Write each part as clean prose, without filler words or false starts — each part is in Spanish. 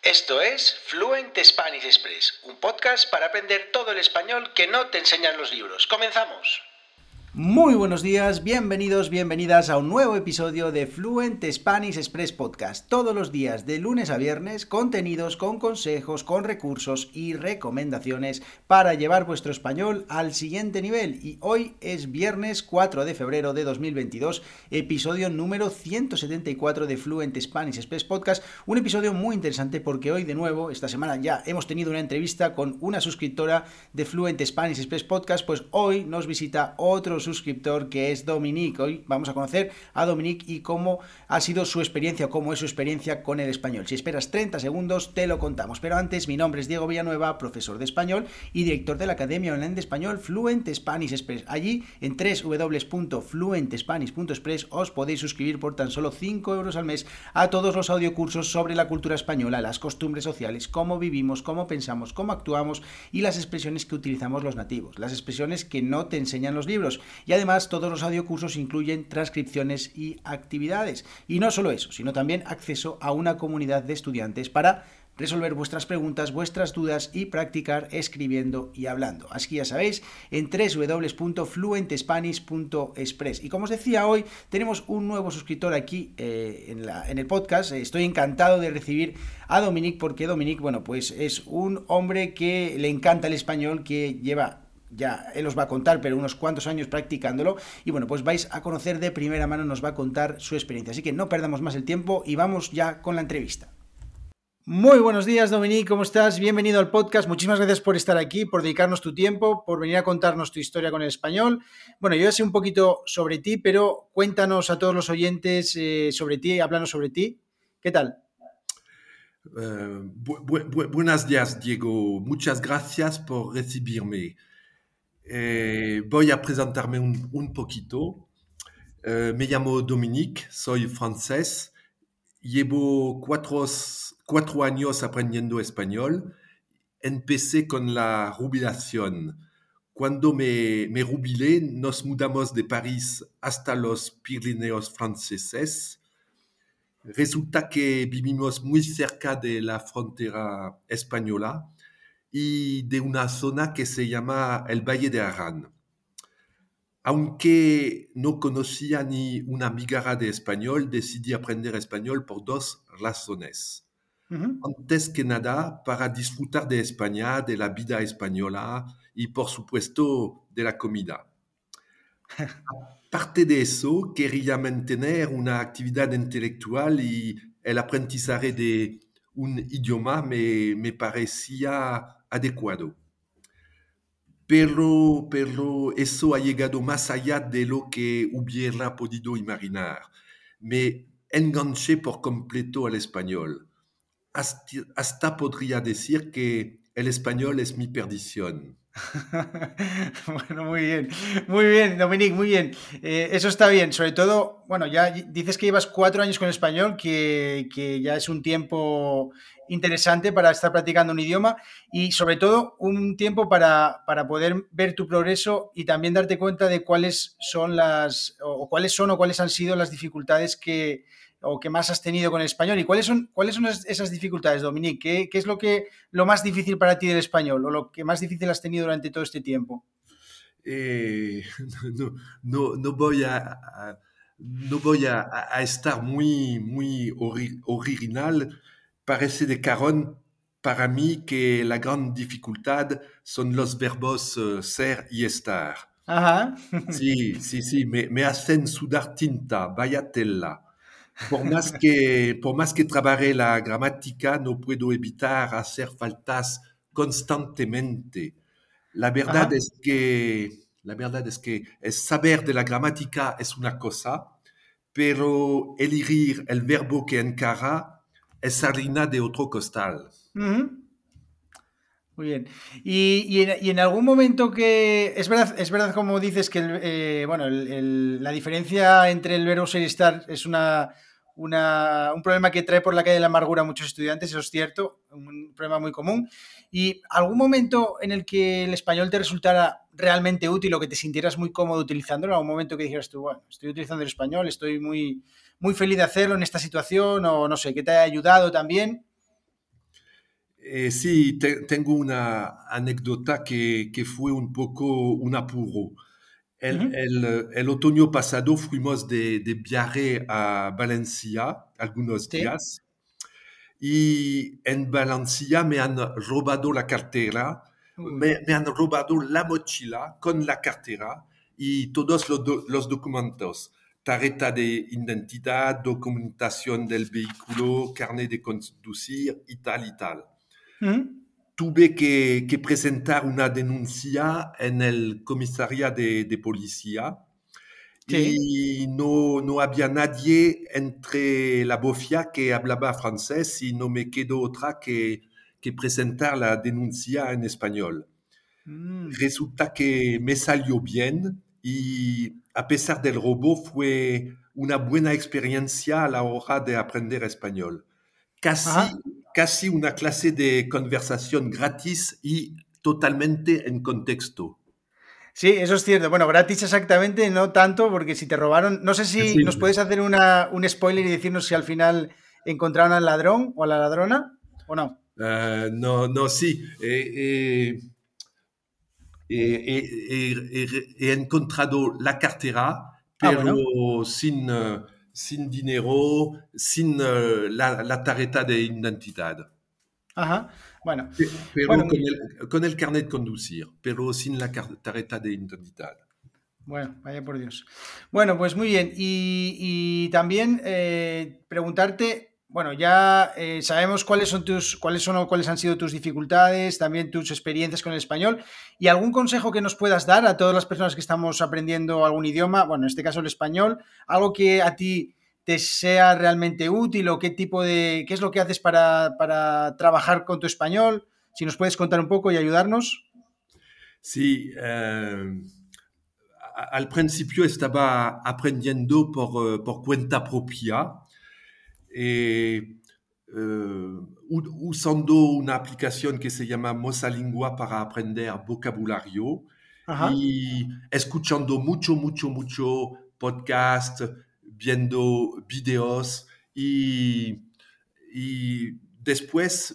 Esto es Fluent Spanish Express, un podcast para aprender todo el español que no te enseñan los libros. ¡Comenzamos! Muy buenos días, bienvenidos, bienvenidas a un nuevo episodio de Fluent Spanish Express Podcast. Todos los días, de lunes a viernes, contenidos con consejos, con recursos y recomendaciones para llevar vuestro español al siguiente nivel. Y hoy es viernes 4 de febrero de 2022, episodio número 174 de Fluent Spanish Express Podcast. Un episodio muy interesante porque hoy de nuevo, esta semana ya hemos tenido una entrevista con una suscriptora de Fluent Spanish Express Podcast, pues hoy nos visita otro suscriptor que es Dominique. Hoy vamos a conocer a Dominique y cómo ha sido su experiencia, cómo es su experiencia con el español. Si esperas 30 segundos te lo contamos, pero antes, mi nombre es Diego Villanueva, profesor de español y director de la Academia Online de Español Fluent Spanish Express. Allí en www.fluentspanish.express os podéis suscribir por tan solo 5 euros al mes a todos los audiocursos sobre la cultura española, las costumbres sociales, cómo vivimos, cómo pensamos, cómo actuamos y las expresiones que utilizamos los nativos, las expresiones que no te enseñan los libros. Y además todos los audiocursos incluyen transcripciones y actividades. Y no solo eso, sino también acceso a una comunidad de estudiantes para resolver vuestras preguntas, vuestras dudas y practicar escribiendo y hablando. Así que ya sabéis, en www.fluentspanish.express. Y como os decía, hoy tenemos un nuevo suscriptor aquí en el podcast. Estoy encantado de recibir a Dominique porque Dominique, bueno, pues es un hombre que le encanta el español, que lleva... ya él os va a contar, pero unos cuantos años practicándolo, y bueno, pues vais a conocer de primera mano, nos va a contar su experiencia. Así que no perdamos más el tiempo y vamos ya con la entrevista. Muy buenos días, Dominique, ¿cómo estás? Bienvenido al podcast. Muchísimas gracias por estar aquí, por dedicarnos tu tiempo, por venir a contarnos tu historia con el español. Bueno, yo ya sé un poquito sobre ti, pero cuéntanos a todos los oyentes sobre ti, háblanos sobre ti. ¿Qué tal? Buenos días, Diego. Muchas gracias por recibirme. Voy a presentarme un poquito. Me llamo Dominique, soy francés. Llevo cuatro años aprendiendo español. Empecé con la jubilación. Cuando me jubilé, nos mudamos de París hasta los Pirineos franceses. Resulta que vivimos muy cerca de la frontera española y de una zona que se llama el Valle de Arán. Aunque no conocía ni una migaja de español, decidí aprender español por dos razones. Uh-huh. Antes que nada, para disfrutar de España, de la vida española y, por supuesto, de la comida. Parte de eso, quería mantener una actividad intelectual y el aprendizaje de un idioma me parecía adecuado. Pero eso ha llegado más allá de lo que hubiera podido imaginar. Me enganché por completo al español. Hasta podría decir que el español es mi perdición. Bueno, muy bien, Dominique, muy bien. Eso está bien, sobre todo, bueno, ya dices que llevas 4 años con español, que ya es un tiempo interesante para estar practicando un idioma y sobre todo un tiempo para poder ver tu progreso y también darte cuenta de cuáles son o cuáles han sido las dificultades que más has tenido con el español y cuáles son esas dificultades, Dominique. ¿Qué es lo más difícil para ti del español o lo que más difícil has tenido durante todo este tiempo? Eh, no, no voy no voy a estar muy original. Parece de cajón para mí que la gran dificultad son los verbos ser y estar. Ajá. Sí, me hacen sudar tinta, vaya tela. Por más que trabaje la gramática, no puedo evitar hacer faltas constantemente. Ajá. La verdad es que saber de la gramática es una cosa, pero elegir el verbo que encara es harina de otro costal. Ujú. Muy bien. Y en algún momento que es verdad como dices que bueno, la diferencia entre el verbo ser y estar es un problema que trae por la calle de la amargura a muchos estudiantes, eso es cierto, un problema muy común. ¿Y algún momento en el que el español te resultara realmente útil o que te sintieras muy cómodo utilizándolo? ¿Algún momento que dijeras tú, bueno, estoy utilizando el español, estoy muy, muy feliz de hacerlo en esta situación o no sé, que te haya ayudado también? Sí, tengo una anécdota que fue un poco un apuro. Ujú. El otoño pasado fuimos de viaje a Valencia algunos Sí. días y en Valencia me han robado la cartera, Uy. me han robado la mochila con la cartera y todos los documentos, tarjeta de identidad, documentación del vehículo, carnet de conducir y tal y tal. Ujú. Tuve que presentar una denuncia en el comisaría de policía Sí. y no había nadie entre la bofia que hablaba francés y no me quedó otra que presentar la denuncia en español. Mm. Resulta que me salió bien y a pesar del robo fue una buena experiencia a la hora de aprender español. Ajá. Casi, casi una clase de conversación gratis y totalmente en contexto. Sí, eso es cierto. Bueno, gratis exactamente, no tanto, porque si te robaron, no sé si Sí. nos puedes hacer un spoiler y decirnos si al final encontraron al ladrón o a la ladrona o no. No, no, sí. He encontrado la cartera, Ah, bueno. pero sin dinero, sin la tarjeta de identidad. Ajá. Bueno. Pero Bueno, muy, con el carnet de conducir, pero sin la tarjeta de identidad. bueno, vaya por Dios. Bueno, pues muy bien. Y también preguntarte, bueno, ya sabemos cuáles han sido tus dificultades, también tus experiencias con el español, y algún consejo que nos puedas dar a todas las personas que estamos aprendiendo algún idioma, bueno, en este caso el español, algo que a ti te sea realmente útil o qué es lo que haces para trabajar con tu español. Si nos puedes contar un poco y ayudarnos. Sí, al principio estaba aprendiendo por cuenta propia, eh, usando una aplicación que se llama Mosalingua para aprender vocabulario Ajá, y escuchando mucho podcast, viendo videos y después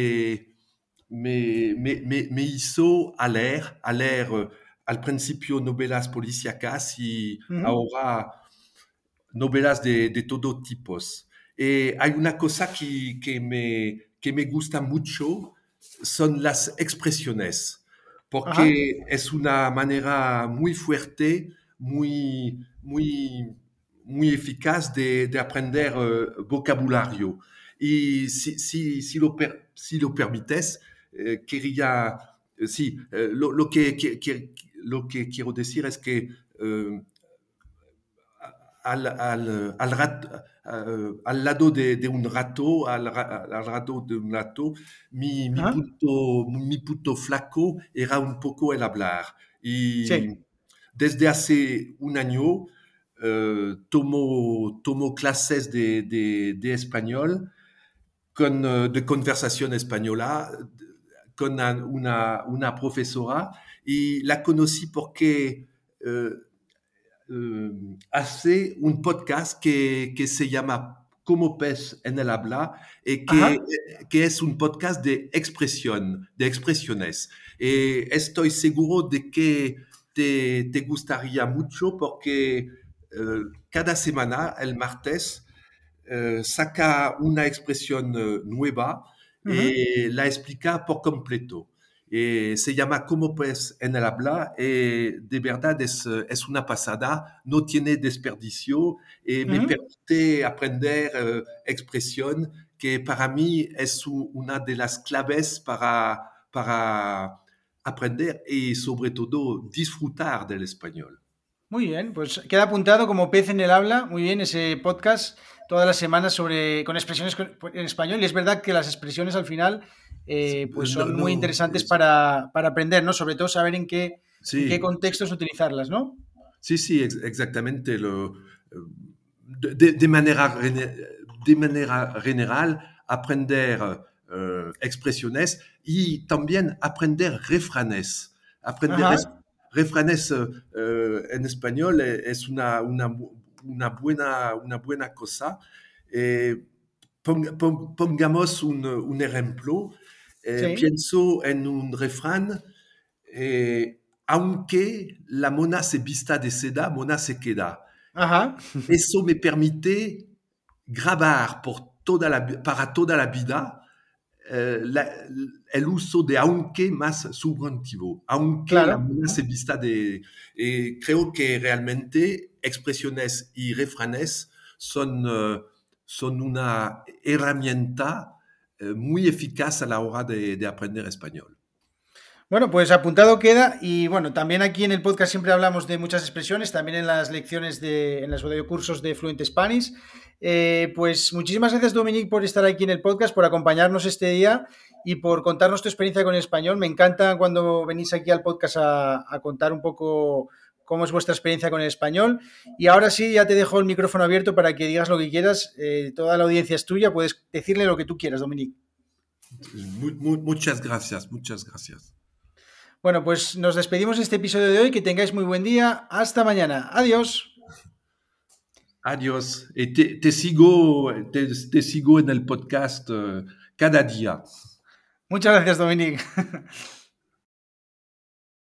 me hizo a leer al principio novelas policíacas y ujú, ahora novelas de todo tipos. Hay una cosa que me gusta mucho, son las expresiones, ajá, porque es una manera muy fuerte, muy eficaz de aprender vocabulario. Y si lo permites, quería, sí, lo que quiero decir es que eh, al lado de un rato, al lado de un rato, ajá. mi punto flaco era un poco el hablar. Y Sí. desde hace un año tomo clases de español de conversación española con una profesora y la conocí porque eh, hace un podcast que se llama Como pez en el habla y Ajá. que es un podcast de expresión, de expresiones. Estoy seguro de que te gustaría mucho porque cada semana, el martes, saca una expresión nueva Ujú, y la explica por completo. Se llama Como pues en el habla. De verdad es una pasada, no tiene desperdicio y me ujú. permite aprender expresión que para mí es una de las claves para aprender y sobre todo disfrutar del español. Muy bien, pues queda apuntado como pez en el habla. Muy bien, ese podcast todas las semanas con expresiones en español. Y es verdad que las expresiones al final pues No, son muy no, interesantes para aprender, ¿no? Sobre todo saber en qué sí, contextos utilizarlas, ¿no? sí, sí, exactamente. De manera, de manera general, aprender expresiones y también aprender refranes. Aprender Ajá, refranes en español es una buena cosa. Eh, pongamos un ejemplo. Sí. pienso en un refrán, aunque la mona se vista de seda, mona se queda. Ajá. Eso me permite grabar para toda la vida el uso de aunque más subjuntivo, aunque la Claro. mona se vista de... creo que realmente expresiones y refranes son una herramienta muy eficaz a la hora de aprender español. Bueno, pues apuntado queda y bueno, también aquí en el podcast siempre hablamos de muchas expresiones, también en las lecciones en los cursos de Fluent Spanish. Pues muchísimas gracias Dominic por estar aquí en el podcast, por acompañarnos este día y por contarnos tu experiencia con el español. Me encanta cuando venís aquí al podcast a contar un poco cómo es vuestra experiencia con el español. Y ahora sí, ya te dejo el micrófono abierto para que digas lo que quieras. Toda la audiencia es tuya, puedes decirle lo que tú quieras, Dominic. Muchas gracias, muchas gracias. Bueno, pues nos despedimos de este episodio de hoy. Que tengáis muy buen día. Hasta mañana. Adiós. Adiós. Y te sigo en el podcast cada día. Muchas gracias, Dominic.